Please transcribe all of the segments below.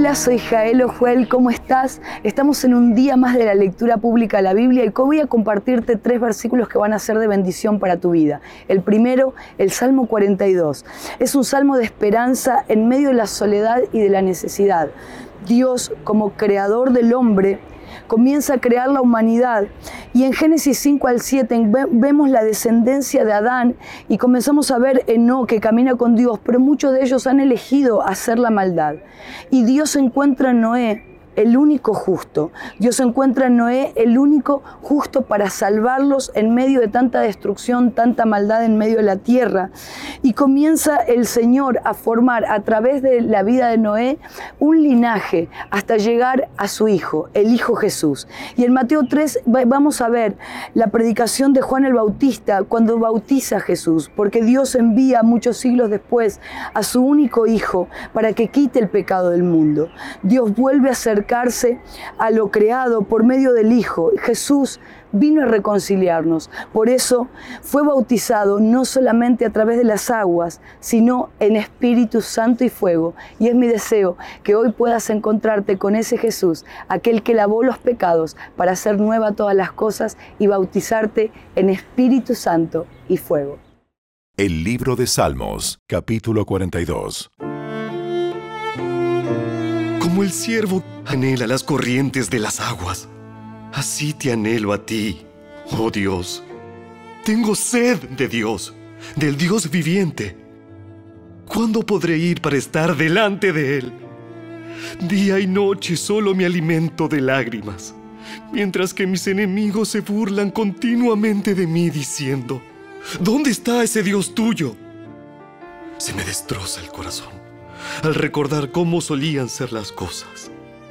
Hola, soy Jael Ojuel, ¿cómo estás? Estamos en un día más de la lectura pública de la Biblia y voy a compartirte 3 versículos que van a ser de bendición para tu vida. El primero, el Salmo 42. Es un salmo de esperanza en medio de la soledad y de la necesidad. Dios, como creador del hombre, comienza a crear la humanidad y en Génesis 5 al 7 vemos la descendencia de Adán y comenzamos a ver Enoc que camina con Dios, pero muchos de ellos han elegido hacer la maldad. Y Dios encuentra en Noé el único justo. Dios encuentra en Noé el único justo para salvarlos en medio de tanta destrucción, tanta maldad en medio de la tierra. Y comienza el Señor a formar a través de la vida de Noé un linaje hasta llegar a su Hijo, el Hijo Jesús. Y en Mateo 3 vamos a ver la predicación de Juan el Bautista cuando bautiza a Jesús, porque Dios envía muchos siglos después a su único Hijo para que quite el pecado del mundo. Dios vuelve a acercarse a lo creado por medio del Hijo. Jesús vino a reconciliarnos. Por eso fue bautizado no solamente a través de las aguas, sino en Espíritu Santo y fuego. Y es mi deseo que hoy puedas encontrarte con ese Jesús, aquel que lavó los pecados para hacer nueva todas las cosas y bautizarte en Espíritu Santo y fuego. El libro de Salmos, capítulo 42. Como el ciervo anhela las corrientes de las aguas, así te anhelo a ti, oh Dios. Tengo sed de Dios, del Dios viviente. ¿Cuándo podré ir para estar delante de Él? Día y noche solo me alimento de lágrimas, mientras que mis enemigos se burlan continuamente de mí diciendo: ¿dónde está ese Dios tuyo? Se me destroza el corazón al recordar cómo solían ser las cosas.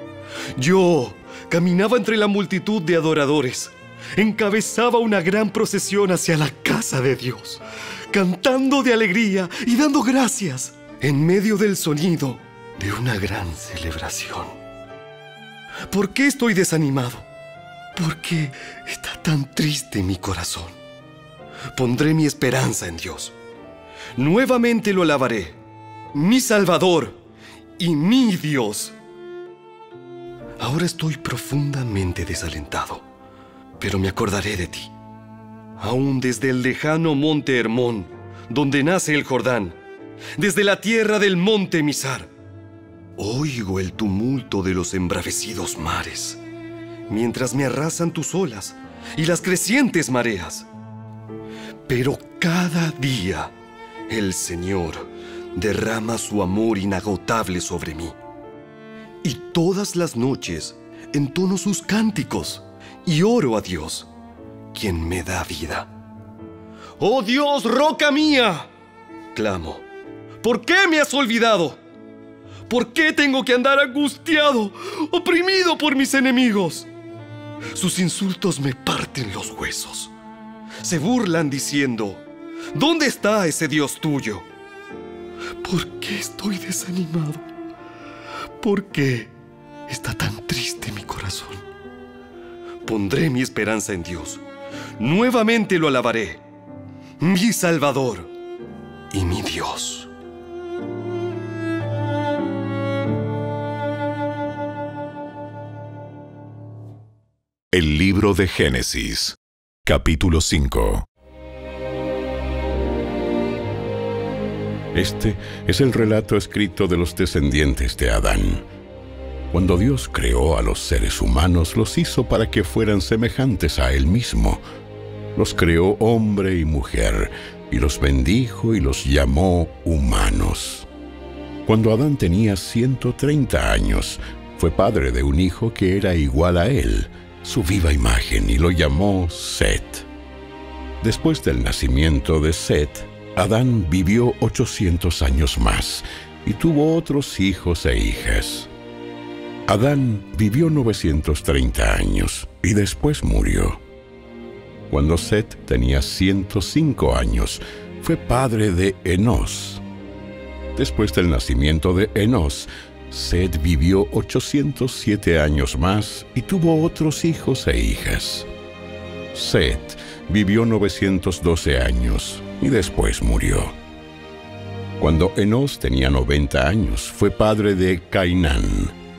Yo caminaba entre la multitud de adoradores, encabezaba una gran procesión hacia la casa de Dios, cantando de alegría y dando gracias en medio del sonido de una gran celebración. ¿Por qué estoy desanimado? ¿Por qué está tan triste mi corazón? Pondré mi esperanza en Dios. Nuevamente lo alabaré, mi Salvador y mi Dios. Ahora estoy profundamente desalentado, pero me acordaré de ti. Aún desde el lejano monte Hermón, donde nace el Jordán, desde la tierra del monte Mizar, oigo el tumulto de los embravecidos mares, mientras me arrasan tus olas y las crecientes mareas. Pero cada día el Señor derrama su amor inagotable sobre mí. Y todas las noches entono sus cánticos y oro a Dios, quien me da vida. ¡Oh Dios, roca mía!, clamo. ¿Por qué me has olvidado? ¿Por qué tengo que andar angustiado, oprimido por mis enemigos? Sus insultos me parten los huesos. Se burlan diciendo: ¿dónde está ese Dios tuyo? ¿Por qué estoy desanimado? ¿Por qué está tan triste mi corazón? Pondré mi esperanza en Dios. Nuevamente lo alabaré, mi Salvador y mi Dios. El libro de Génesis, capítulo 5. Este es el relato escrito de los descendientes de Adán. Cuando Dios creó a los seres humanos, los hizo para que fueran semejantes a Él mismo. Los creó hombre y mujer, y los bendijo y los llamó humanos. Cuando Adán tenía 130 años, fue padre de un hijo que era igual a él, su viva imagen, y lo llamó Set. Después del nacimiento de Set, Adán vivió 800 años más y tuvo otros hijos e hijas. Adán vivió 930 años y después murió. Cuando Set tenía 105 años, fue padre de Enós. Después del nacimiento de Enós, Set vivió 807 años más y tuvo otros hijos e hijas. Set vivió 912 años y después murió. Cuando Enós tenía 90 años, fue padre de Cainán.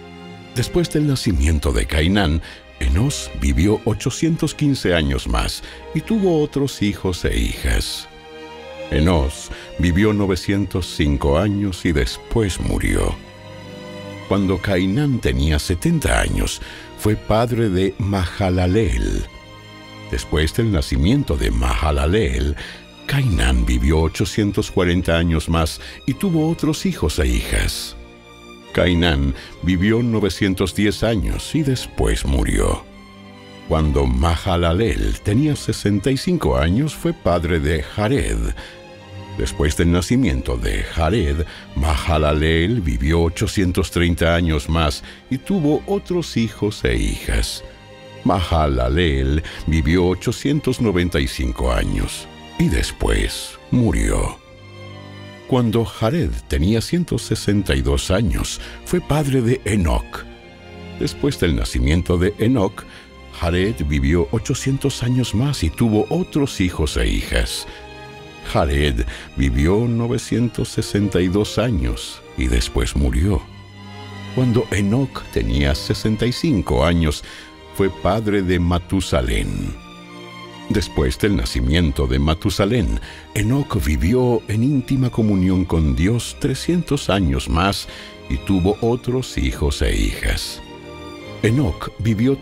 Después del nacimiento de Cainán, Enós vivió 815 años más y tuvo otros hijos e hijas. Enós vivió 905 años y después murió. Cuando Cainán tenía 70 años, fue padre de Mahalaleel. Después del nacimiento de Mahalaleel, Cainán vivió 840 años más y tuvo otros hijos e hijas. Cainán vivió 910 años y después murió. Cuando Mahalaleel tenía 65 años, fue padre de Jared. Después del nacimiento de Jared, Mahalaleel vivió 830 años más y tuvo otros hijos e hijas. Mahalaleel vivió 895 años y después murió. Cuando Jared tenía 162 años, fue padre de Enoc. Después del nacimiento de Enoc, Jared vivió 800 años más y tuvo otros hijos e hijas. Jared vivió 962 años y después murió. Cuando Enoc tenía 65 años, fue padre de Matusalén. Después del nacimiento de Matusalén, Enoc vivió en íntima comunión con Dios 300 años más y tuvo otros hijos e hijas. Enoc vivió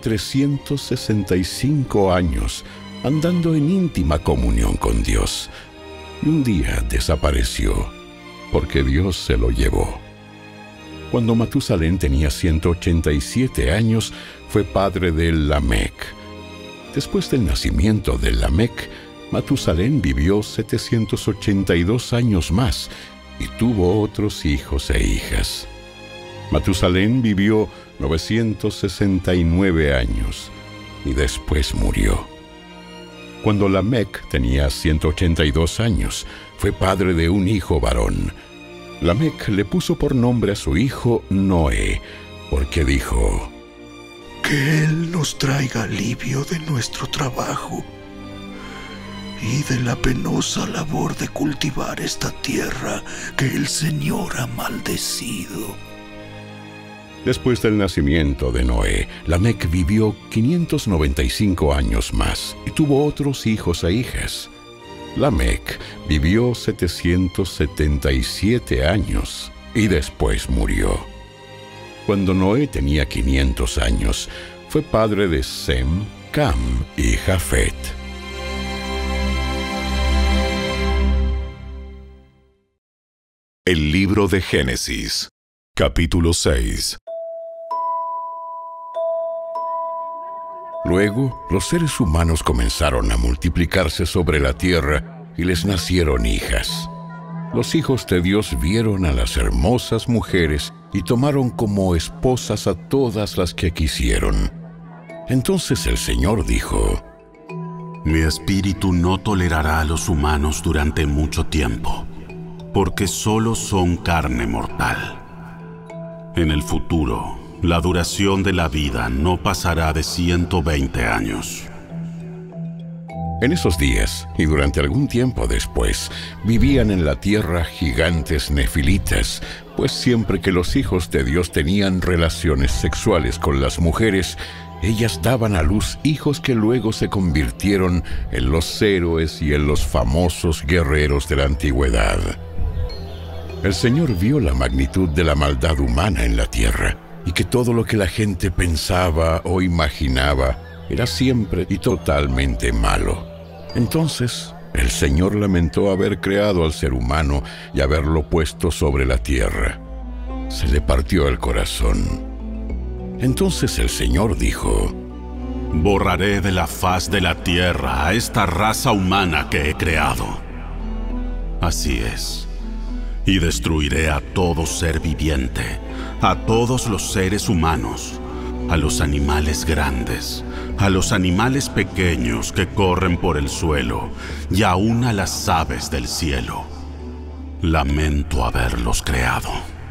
365 años andando en íntima comunión con Dios y un día desapareció porque Dios se lo llevó. Cuando Matusalén tenía 187 años, fue padre de Lamec. Después del nacimiento de Lamec, Matusalén vivió 782 años más y tuvo otros hijos e hijas. Matusalén vivió 969 años y después murió. Cuando Lamec tenía 182 años, fue padre de un hijo varón. Lamec le puso por nombre a su hijo Noé, porque dijo: que Él nos traiga alivio de nuestro trabajo y de la penosa labor de cultivar esta tierra que el Señor ha maldecido. Después del nacimiento de Noé, Lamec vivió 595 años más y tuvo otros hijos e hijas. Lamec vivió 777 años y después murió. Cuando Noé tenía 500 años, fue padre de Sem, Cam y Jafet. El libro de Génesis, capítulo 6. Luego, los seres humanos comenzaron a multiplicarse sobre la tierra y les nacieron hijas. Los hijos de Dios vieron a las hermosas mujeres y tomaron como esposas a todas las que quisieron. Entonces el Señor dijo: Mi espíritu no tolerará a los humanos durante mucho tiempo, porque solo son carne mortal. En el futuro, la duración de la vida no pasará de 120 años. En esos días, y durante algún tiempo después, vivían en la tierra gigantes nefilitas, pues siempre que los hijos de Dios tenían relaciones sexuales con las mujeres, ellas daban a luz hijos que luego se convirtieron en los héroes y en los famosos guerreros de la antigüedad. El Señor vio la magnitud de la maldad humana en la tierra, y que todo lo que la gente pensaba o imaginaba era siempre y totalmente malo. Entonces, el Señor lamentó haber creado al ser humano y haberlo puesto sobre la tierra. Se le partió el corazón. Entonces el Señor dijo: Borraré de la faz de la tierra a esta raza humana que he creado. Así es. Y destruiré a todo ser viviente, a todos los seres humanos, a los animales grandes, a los animales pequeños que corren por el suelo y aún a las aves del cielo. Lamento haberlos creado.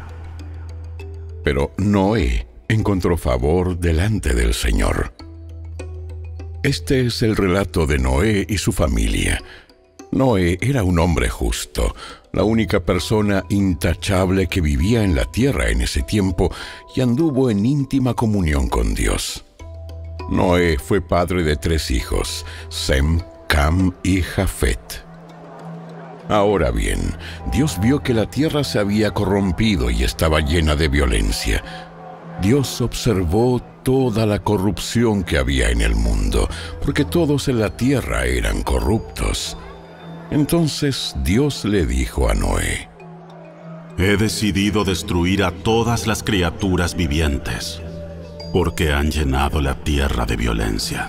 Pero Noé encontró favor delante del Señor. Este es el relato de Noé y su familia. Noé era un hombre justo, la única persona intachable que vivía en la tierra en ese tiempo y anduvo en íntima comunión con Dios. Noé fue padre de 3 hijos, Sem, Cam y Jafet. Ahora bien, Dios vio que la tierra se había corrompido y estaba llena de violencia. Dios observó toda la corrupción que había en el mundo, porque todos en la tierra eran corruptos. Entonces Dios le dijo a Noé: He decidido destruir a todas las criaturas vivientes, porque han llenado la tierra de violencia.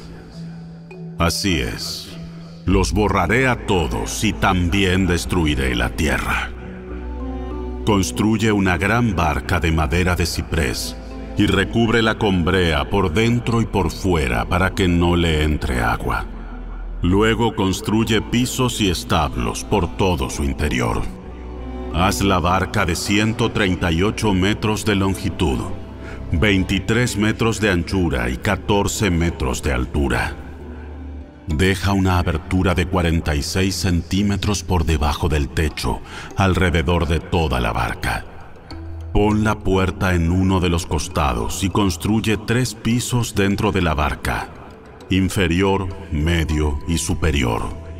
Así es, los borraré a todos y también destruiré la tierra. Construye una gran barca de madera de ciprés y recúbrela con brea por dentro y por fuera para que no le entre agua. Luego construye pisos y establos por todo su interior. Haz la barca de 138 metros de longitud, 23 metros de anchura y 14 metros de altura. Deja una abertura de 46 centímetros por debajo del techo, alrededor de toda la barca. Pon la puerta en uno de los costados y construye 3 pisos dentro de la barca: inferior, medio y superior.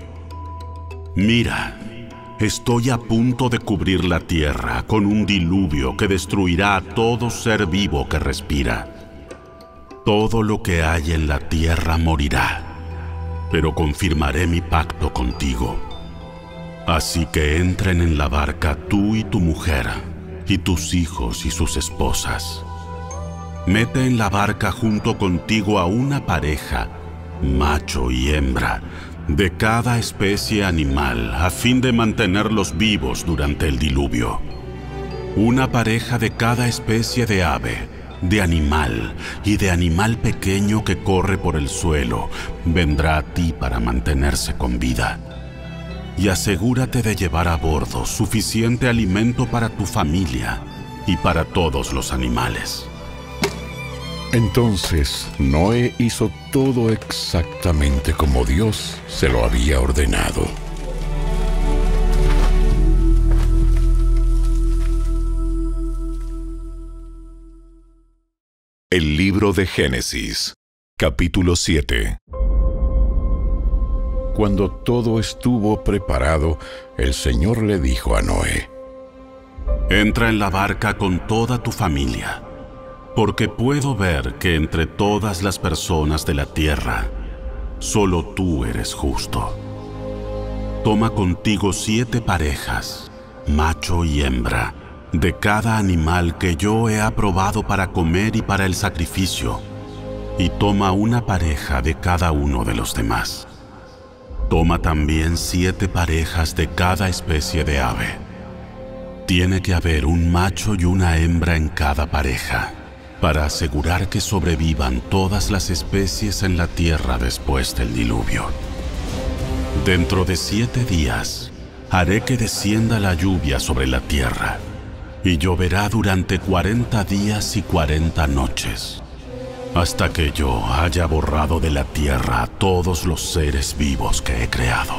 Mira, estoy a punto de cubrir la tierra con un diluvio que destruirá a todo ser vivo que respira. Todo lo que hay en la tierra morirá, pero confirmaré mi pacto contigo. Así que entren en la barca tú y tu mujer, y tus hijos y sus esposas. Mete en la barca junto contigo a una pareja, macho y hembra, de cada especie animal, a fin de mantenerlos vivos durante el diluvio. Una pareja de cada especie de ave, de animal y de animal pequeño que corre por el suelo, vendrá a ti para mantenerse con vida. Y asegúrate de llevar a bordo suficiente alimento para tu familia y para todos los animales. Entonces Noé hizo todo exactamente como Dios se lo había ordenado. El libro de Génesis, capítulo 7. Cuando todo estuvo preparado, el Señor le dijo a Noé: Entra en la barca con toda tu familia, porque puedo ver que entre todas las personas de la tierra, solo tú eres justo. Toma contigo 7 parejas, macho y hembra, de cada animal que yo he aprobado para comer y para el sacrificio, y toma una pareja de cada uno de los demás. Toma también 7 parejas de cada especie de ave. Tiene que haber un macho y una hembra en cada pareja, para asegurar que sobrevivan todas las especies en la tierra después del diluvio. Dentro de 7 días, haré que descienda la lluvia sobre la tierra, y lloverá durante 40 días y 40 noches, hasta que yo haya borrado de la tierra a todos los seres vivos que he creado.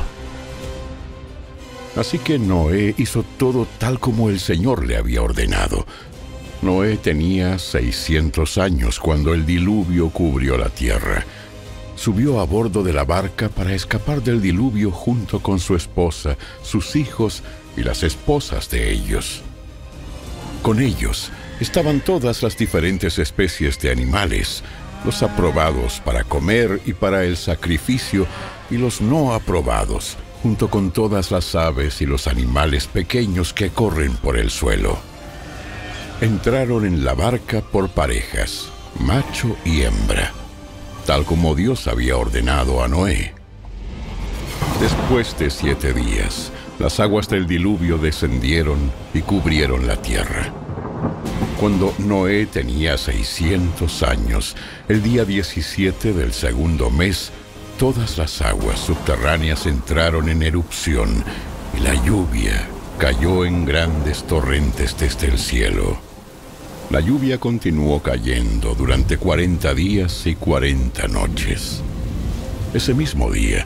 Así que Noé hizo todo tal como el Señor le había ordenado. Noé tenía 600 años cuando el diluvio cubrió la tierra. Subió a bordo de la barca para escapar del diluvio junto con su esposa, sus hijos y las esposas de ellos. Con ellos estaban todas las diferentes especies de animales, los aprobados para comer y para el sacrificio, y los no aprobados, junto con todas las aves y los animales pequeños que corren por el suelo. Entraron en la barca por parejas, macho y hembra, tal como Dios había ordenado a Noé. Después de 7 días, las aguas del diluvio descendieron y cubrieron la tierra. Cuando Noé tenía 600 años, el día 17 del segundo mes, todas las aguas subterráneas entraron en erupción y la lluvia cayó en grandes torrentes desde el cielo. La lluvia continuó cayendo durante 40 días y 40 noches. Ese mismo día,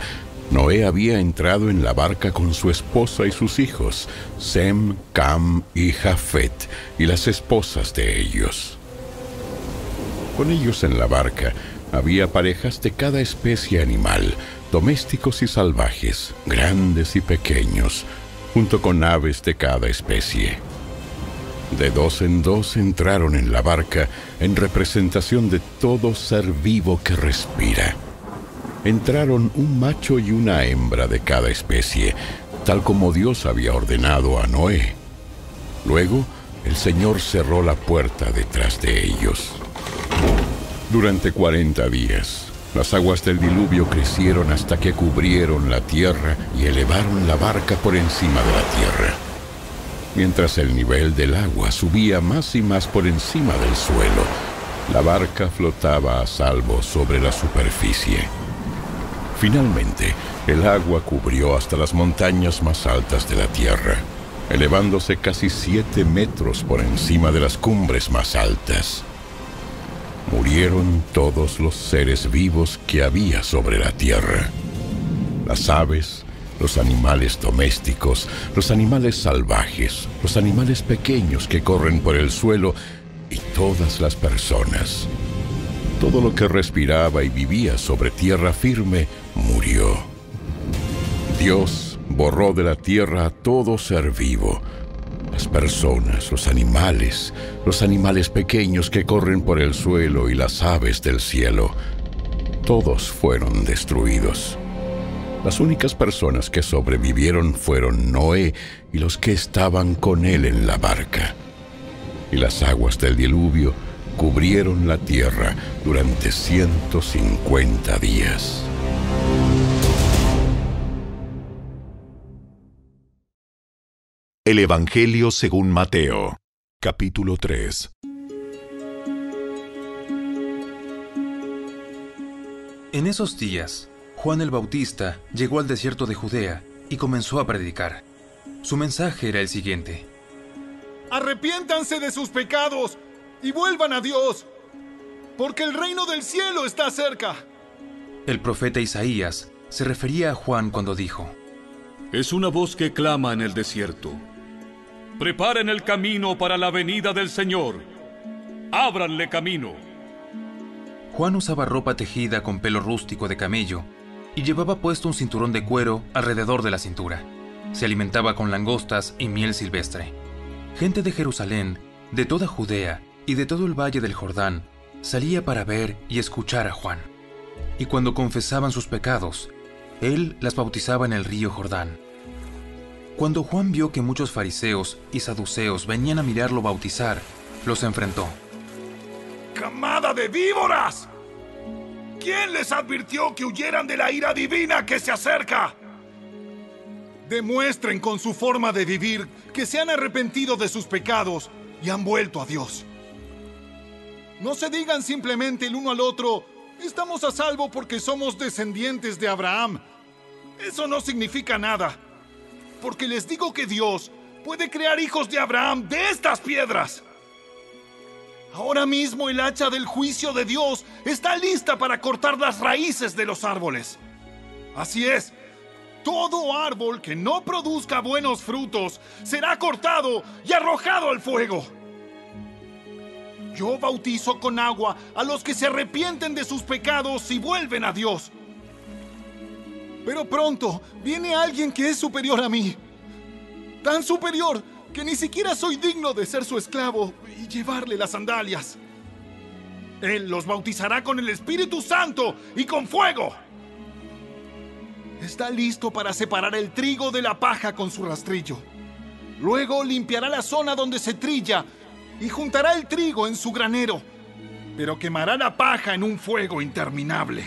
Noé había entrado en la barca con su esposa y sus hijos, Sem, Cam y Jafet, y las esposas de ellos. Con ellos en la barca había parejas de cada especie animal, domésticos y salvajes, grandes y pequeños, junto con aves de cada especie. De dos en dos entraron en la barca en representación de todo ser vivo que respira. Entraron un macho y una hembra de cada especie, tal como Dios había ordenado a Noé. Luego, el Señor cerró la puerta detrás de ellos. Durante 40 días, las aguas del diluvio crecieron hasta que cubrieron la tierra y elevaron la barca por encima de la tierra. Mientras el nivel del agua subía más y más por encima del suelo, la barca flotaba a salvo sobre la superficie. Finalmente, el agua cubrió hasta las montañas más altas de la tierra, elevándose casi 7 metros por encima de las cumbres más altas. Murieron todos los seres vivos que había sobre la tierra. Las aves, los animales domésticos, los animales salvajes, los animales pequeños que corren por el suelo y todas las personas. Todo lo que respiraba y vivía sobre tierra firme murió. Dios borró de la tierra a todo ser vivo. Las personas, los animales pequeños que corren por el suelo y las aves del cielo. Todos fueron destruidos. Las únicas personas que sobrevivieron fueron Noé y los que estaban con él en la barca. Y las aguas del diluvio cubrieron la tierra durante 150 días. El Evangelio según Mateo, capítulo 3. En esos días, Juan el Bautista llegó al desierto de Judea y comenzó a predicar. Su mensaje era el siguiente: Arrepiéntanse de sus pecados y vuelvan a Dios, porque el reino del cielo está cerca. El profeta Isaías se refería a Juan cuando dijo: Es una voz que clama en el desierto: preparen el camino para la venida del Señor, ábranle camino. Juan usaba ropa tejida con pelo rústico de camello y llevaba puesto un cinturón de cuero alrededor de la cintura. Se alimentaba con langostas y miel silvestre. Gente de Jerusalén, de toda Judea y de todo el valle del Jordán salía para ver y escuchar a Juan. Y cuando confesaban sus pecados, él las bautizaba en el río Jordán. Cuando Juan vio que muchos fariseos y saduceos venían a mirarlo bautizar, los enfrentó. ¡Camada de víboras! ¿Quién les advirtió que huyeran de la ira divina que se acerca? Demuestren con su forma de vivir que se han arrepentido de sus pecados y han vuelto a Dios. No se digan simplemente el uno al otro: estamos a salvo porque somos descendientes de Abraham. Eso no significa nada, porque les digo que Dios puede crear hijos de Abraham de estas piedras. Ahora mismo el hacha del juicio de Dios está lista para cortar las raíces de los árboles. Así es, todo árbol que no produzca buenos frutos será cortado y arrojado al fuego. Yo bautizo con agua a los que se arrepienten de sus pecados y vuelven a Dios. Pero pronto viene alguien que es superior a mí. Tan superior que ni siquiera soy digno de ser su esclavo y llevarle las sandalias. Él los bautizará con el Espíritu Santo y con fuego. Está listo para separar el trigo de la paja con su rastrillo. Luego limpiará la zona donde se trilla y juntará el trigo en su granero, pero quemará la paja en un fuego interminable.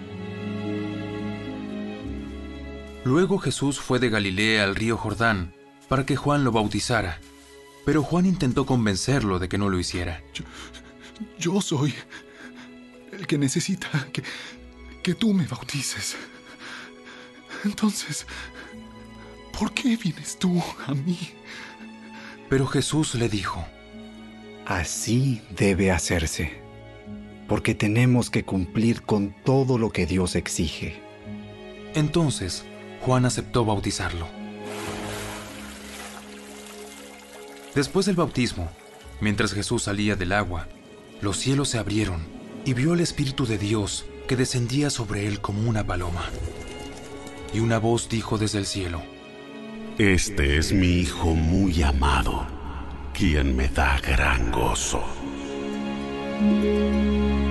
Luego Jesús fue de Galilea al río Jordán para que Juan lo bautizara, pero Juan intentó convencerlo de que no lo hiciera. Yo soy el que necesita que tú me bautices. Entonces, ¿por qué vienes tú a mí? Pero Jesús le dijo: Así debe hacerse, porque tenemos que cumplir con todo lo que Dios exige. Entonces, Juan aceptó bautizarlo. Después del bautismo, mientras Jesús salía del agua, los cielos se abrieron y vio al Espíritu de Dios que descendía sobre él como una paloma. Y una voz dijo desde el cielo: Este es mi Hijo muy amado, quien me da gran gozo.